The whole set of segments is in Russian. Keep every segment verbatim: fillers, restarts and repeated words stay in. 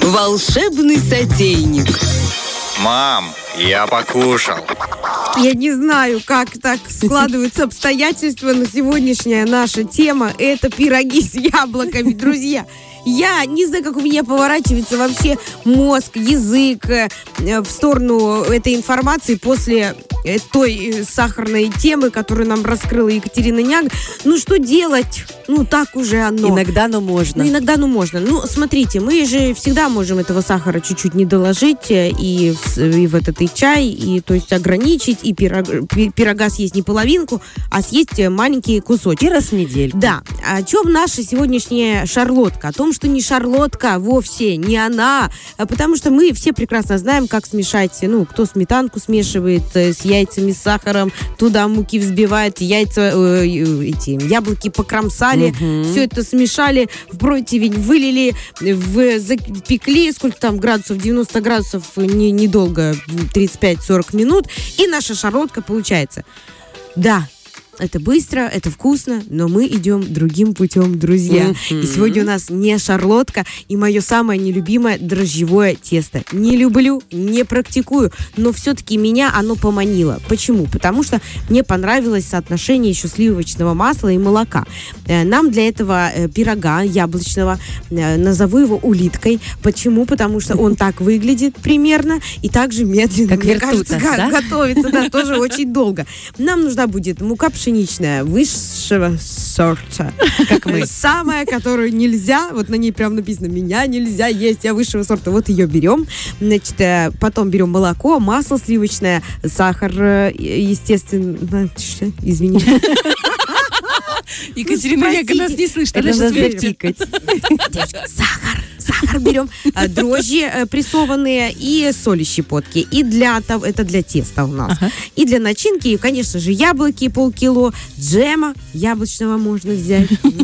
Волшебный сотейник. Мам, я покушал. Я не знаю, как так складываются обстоятельства, но сегодняшняя наша тема – это пироги с яблоками, друзья. Я не знаю, как у меня поворачивается вообще мозг, язык э, в сторону этой информации после э, той сахарной темы, которую нам раскрыла Екатерина Няг. Ну, что делать? Ну, так уже оно. Иногда, но можно. Ну, иногда, ну, можно. Ну, смотрите, мы же всегда можем этого сахара чуть-чуть не доложить и в, и в этот и чай, и, то есть, ограничить, и пирог, пирога съесть не половинку, а съесть маленькие кусочки. И раз в неделю. Да. О чем наша сегодняшняя шарлотка? О том, что не шарлотка вовсе, не она, потому что мы все прекрасно знаем, как смешать, ну, кто сметанку смешивает с яйцами, с сахаром, туда муки взбивает, яйца, э, эти яблоки покромсали, угу. Все это смешали, в противень вылили, в, запекли, сколько там градусов, девяносто градусов, не, недолго, тридцать пять сорок минут, и наша шарлотка получается. Да, это быстро, это вкусно, но мы идем другим путем, друзья. Mm-hmm. И сегодня у нас не шарлотка и мое самое нелюбимое дрожжевое тесто. Не люблю, не практикую, но все-таки меня оно поманило. Почему? Потому что мне понравилось соотношение еще сливочного масла и молока. Нам для этого пирога яблочного, назову его улиткой. Почему? Потому что он так выглядит примерно и также медленно, как мне вертута, кажется, да? готовится, да, тоже очень долго. Нам нужна будет мука пшеничная, высшего сорта. Как мы. Самая, которую нельзя, вот на ней прям написано, меня нельзя есть, я высшего сорта. Вот ее берем. Значит, потом берем молоко, масло сливочное, сахар, естественно. Извини. Екатерина, я нас не слышит. Она сейчас вертикать. Сахар. Сахар берем, дрожжи прессованные и соли щепотки. И для того, это для теста у нас. Ага. И для начинки, конечно же, яблоки полкило, джема яблочного можно взять.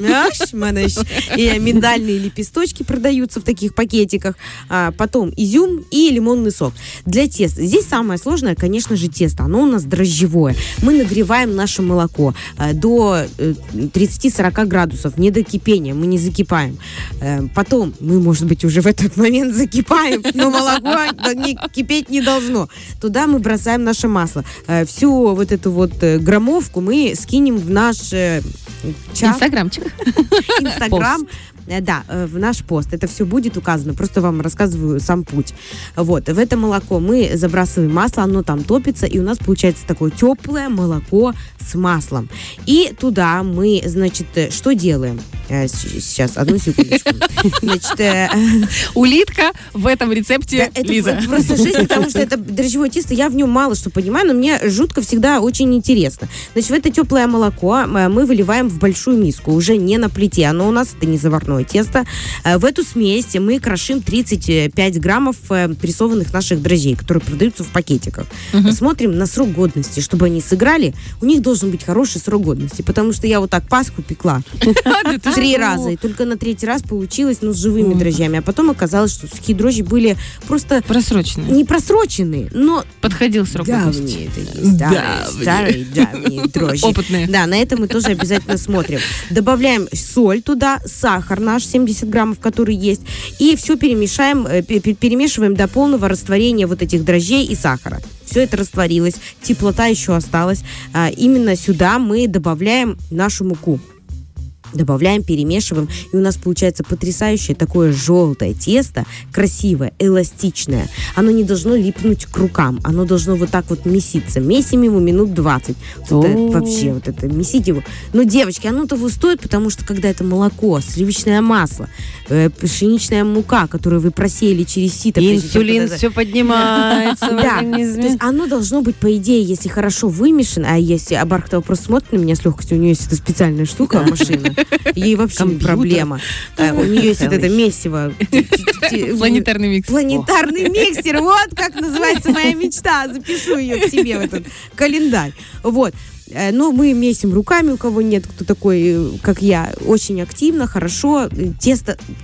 И миндальные лепесточки продаются в таких пакетиках. Потом изюм и лимонный сок. Для теста. Здесь самое сложное, конечно же, тесто. Оно у нас дрожжевое. Мы нагреваем наше молоко до тридцать-сорок градусов, не до кипения, мы не закипаем. Потом мы, может быть, уже в этот момент закипаем, но молоко не, кипеть не должно. Туда мы бросаем наше масло. Всю вот эту вот граммовку мы скинем в наш чат. Инстаграмчик. Инстаграм. Да, в наш пост. Это все будет указано. Просто вам рассказываю сам путь. Вот. В это молоко мы забрасываем масло, оно там топится, и у нас получается такое теплое молоко с маслом. И туда мы, значит, что делаем? Сейчас, одну секундочку. Значит, улитка в этом рецепте, да, это Лиза. Просто жизнь, потому что это дрожжевое тесто, я в нем мало что понимаю, но мне жутко всегда очень интересно. Значит, в это теплое молоко мы выливаем в большую миску, уже не на плите, оно у нас, это не заварное тесто. В эту смесь мы крошим тридцать пять граммов прессованных наших дрожжей, которые продаются в пакетиках. Угу. Смотрим на срок годности, чтобы они сыграли. У них должен быть хороший срок годности, потому что я вот так Пасху пекла три раза, и только на третий раз получилось, ну, с живыми дрожжами. А потом оказалось, что сухие дрожжи были просто... Просроченные. Не просроченные, но... Подходил срок годности. Давние, старые, давние дрожжи. Опытные. Да, на это мы тоже обязательно смотрим. Добавляем соль туда, сахар наш, семьдесят граммов, который есть, и все перемешаем, перемешиваем до полного растворения вот этих дрожжей и сахара. Все это растворилось, теплота еще осталась. Именно сюда мы добавляем нашу муку. Добавляем, перемешиваем, и у нас получается потрясающее такое желтое тесто, красивое, эластичное. Оно не должно липнуть к рукам, оно должно вот так вот меситься. Месим ему минут двадцать. Вот это, вообще, вот это, месить его. Но, девочки, оно того стоит, потому что когда это молоко, сливочное масло, э, пшеничная мука, которую вы просеяли через сито. Инсулин все поднимается. Да, то есть оно должно быть, по идее, если хорошо вымешано, а если Абархтова просто смотрит на меня с легкостью, у нее есть эта специальная штука, машина, ей вообще не проблема. У нее есть это месиво. Планетарный миксер. Планетарный миксер. Вот как называется моя мечта. Запишу ее к себе в этот календарь. Вот. Но мы месим руками, у кого нет, кто такой, как я, очень активно, хорошо. Тесто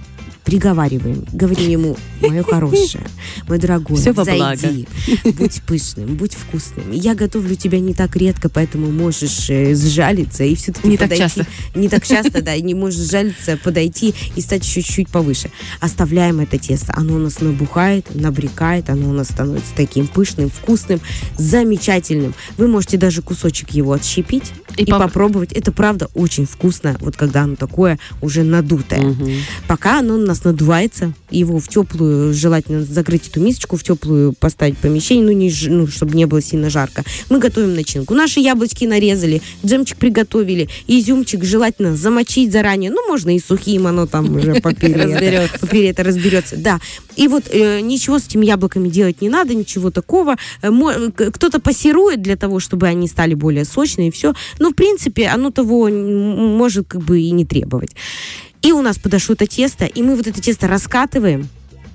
приговариваем, говорим ему: мое хорошее, мой дорогой, Все во благо. зайди, будь пышным, будь вкусным. Я готовлю тебя не так редко, поэтому можешь э, сжалиться и все-таки Не так подойти. часто. Не так часто, да, не можешь сжалиться, подойти и стать еще чуть-чуть повыше. Оставляем это тесто, оно у нас набухает, набрекает, оно у нас становится таким пышным, вкусным, замечательным. Вы можете даже кусочек его отщепить и, И и поп- попробовать. Это правда очень вкусно, вот когда оно такое уже надутое. Мгм. Пока оно у нас надувается, его в теплую, желательно закрыть эту мисочку, в теплую поставить помещение, ну, не, ж- ну, чтобы не было сильно жарко. Мы готовим начинку. Наши яблочки нарезали, джемчик приготовили, изюмчик желательно замочить заранее. Ну, можно и сухим, оно там уже по пюре это- Разберется. по пюре это разберется. Да. И вот э, ничего с этими яблоками делать не надо, ничего такого. Э, мо- к- Кто-то пассирует для того, чтобы они стали более сочные, и все. Но, в принципе, оно того м, может как бы и не требовать. И у нас подошло это тесто, и мы вот это тесто раскатываем.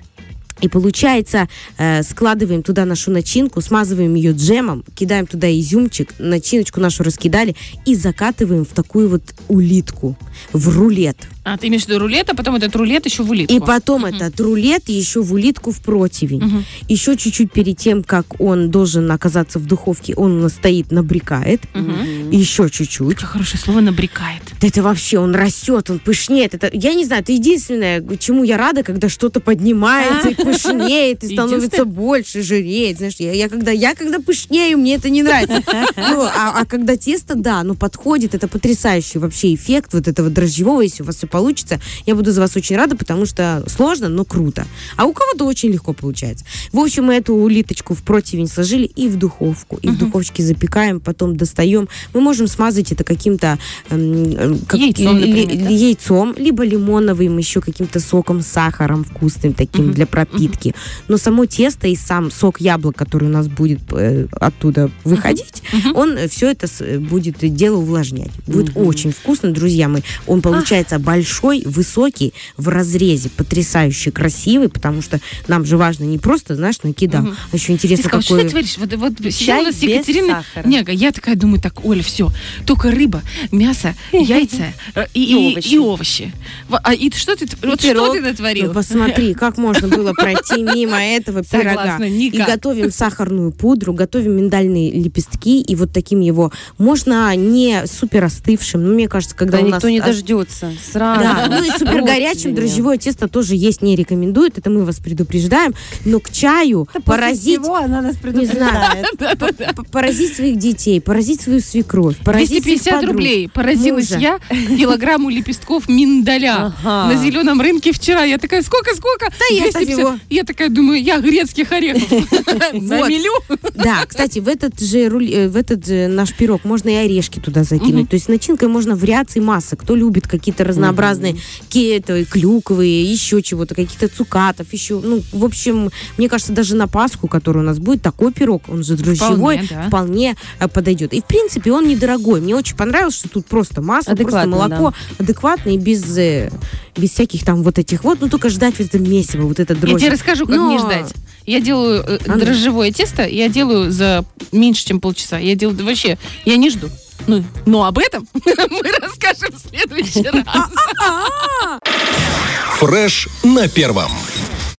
И получается, э, складываем туда нашу начинку, смазываем ее джемом, кидаем туда изюмчик, начиночку нашу раскидали и закатываем в такую вот улитку, в рулет. А, ты имеешь в виду рулет, а потом этот рулет еще в улитку. И потом Мгм. этот рулет еще в улитку в противень. Мгм. Еще чуть-чуть перед тем, как он должен оказаться в духовке, он у нас стоит, набрекает. Мгм. Еще чуть-чуть. Какое хорошее слово «набрекает». Да это вообще, он растет, он пышнеет. Это, я не знаю, это единственное, чему я рада, когда что-то поднимается и пышнеет, и становится больше, жиреет. Знаешь, я, я, когда, я когда пышнею, мне это не нравится. Ну, а, а когда тесто, да, ну подходит, это потрясающий вообще эффект вот этого дрожжевого, если у вас все получится. Я буду за вас очень рада, потому что сложно, но круто. А у кого-то очень легко получается. В общем, мы эту улиточку в противень сложили и в духовку. И в духовочке запекаем, потом достаем. Мы можем смазать это каким-то эм, эм, как- Яйцом, ли- например, да? яйцом, либо лимоновым, еще каким-то соком, сахаром вкусным таким Мгм. для пропитки. Но само тесто и сам сок яблок, который у нас будет э, оттуда выходить, Мгм. он все это с- будет дело увлажнять. Будет Мгм. очень вкусно, друзья мои. Он получается большой, высокий, в разрезе, потрясающе красивый, потому что нам же важно не просто, знаешь, накидал, Мгм. а еще интересно, Ты сказала, что ты какой... творишь? Вот, вот сидела Чай у нас без Екатерина сахара. Нега. Я такая думаю, так, Оля, все. Только рыба, мясо, яйца э, и, И и- овощи. и овощи. Во- А и что ты, вот что пирог. ты натворил? Ну, посмотри, как можно было пройти мимо этого пирога. Согласна, И никак. готовим сахарную пудру, готовим миндальные лепестки, и вот таким его можно не супер остывшим, но мне кажется, когда Да у нас... никто не ос- дождется. Сразу. Да, ну и супер горячим Противень. дрожжевое тесто тоже есть не рекомендуют, это мы вас предупреждаем, но к чаю поразить, она нас не знаю, п- поразить своих детей, поразить свою свекровь, поразить двести своих пятьдесят подруг, рублей. Поразилась мужа. я килограмму лепестков миндаля Ага. на зеленом рынке вчера. Я такая, сколько, сколько? Да я двести пятьдесят. его. Я такая думаю, я грецких орехов замелю. Да, кстати, в этот же руль- э, в этот же наш пирог можно и орешки туда закинуть. Мгм. То есть начинкой можно вариаций масса. Кто любит какие-то разнообразные кето, клюквые, еще чего-то, каких-то цукатов, еще. Ну, в общем, мне кажется, даже на Пасху, который у нас будет, такой пирог, он же дрожжевой, Вполне, да. вполне э, подойдет. И, в принципе, он недорогой. Мне очень понравилось, что тут просто масло, просто Адекватно, молоко, адекватно и без, э, без всяких там вот этих вот. Ну, только ждать вот это месиво, вот это Я дрожжи. тебе расскажу, как Но- мне ждать. Я делаю э, А ну. дрожжевое тесто, я делаю за меньше, чем полчаса. Я делаю вообще, я не жду. Ну, но об этом мы расскажем в следующий раз. Фреш на первом.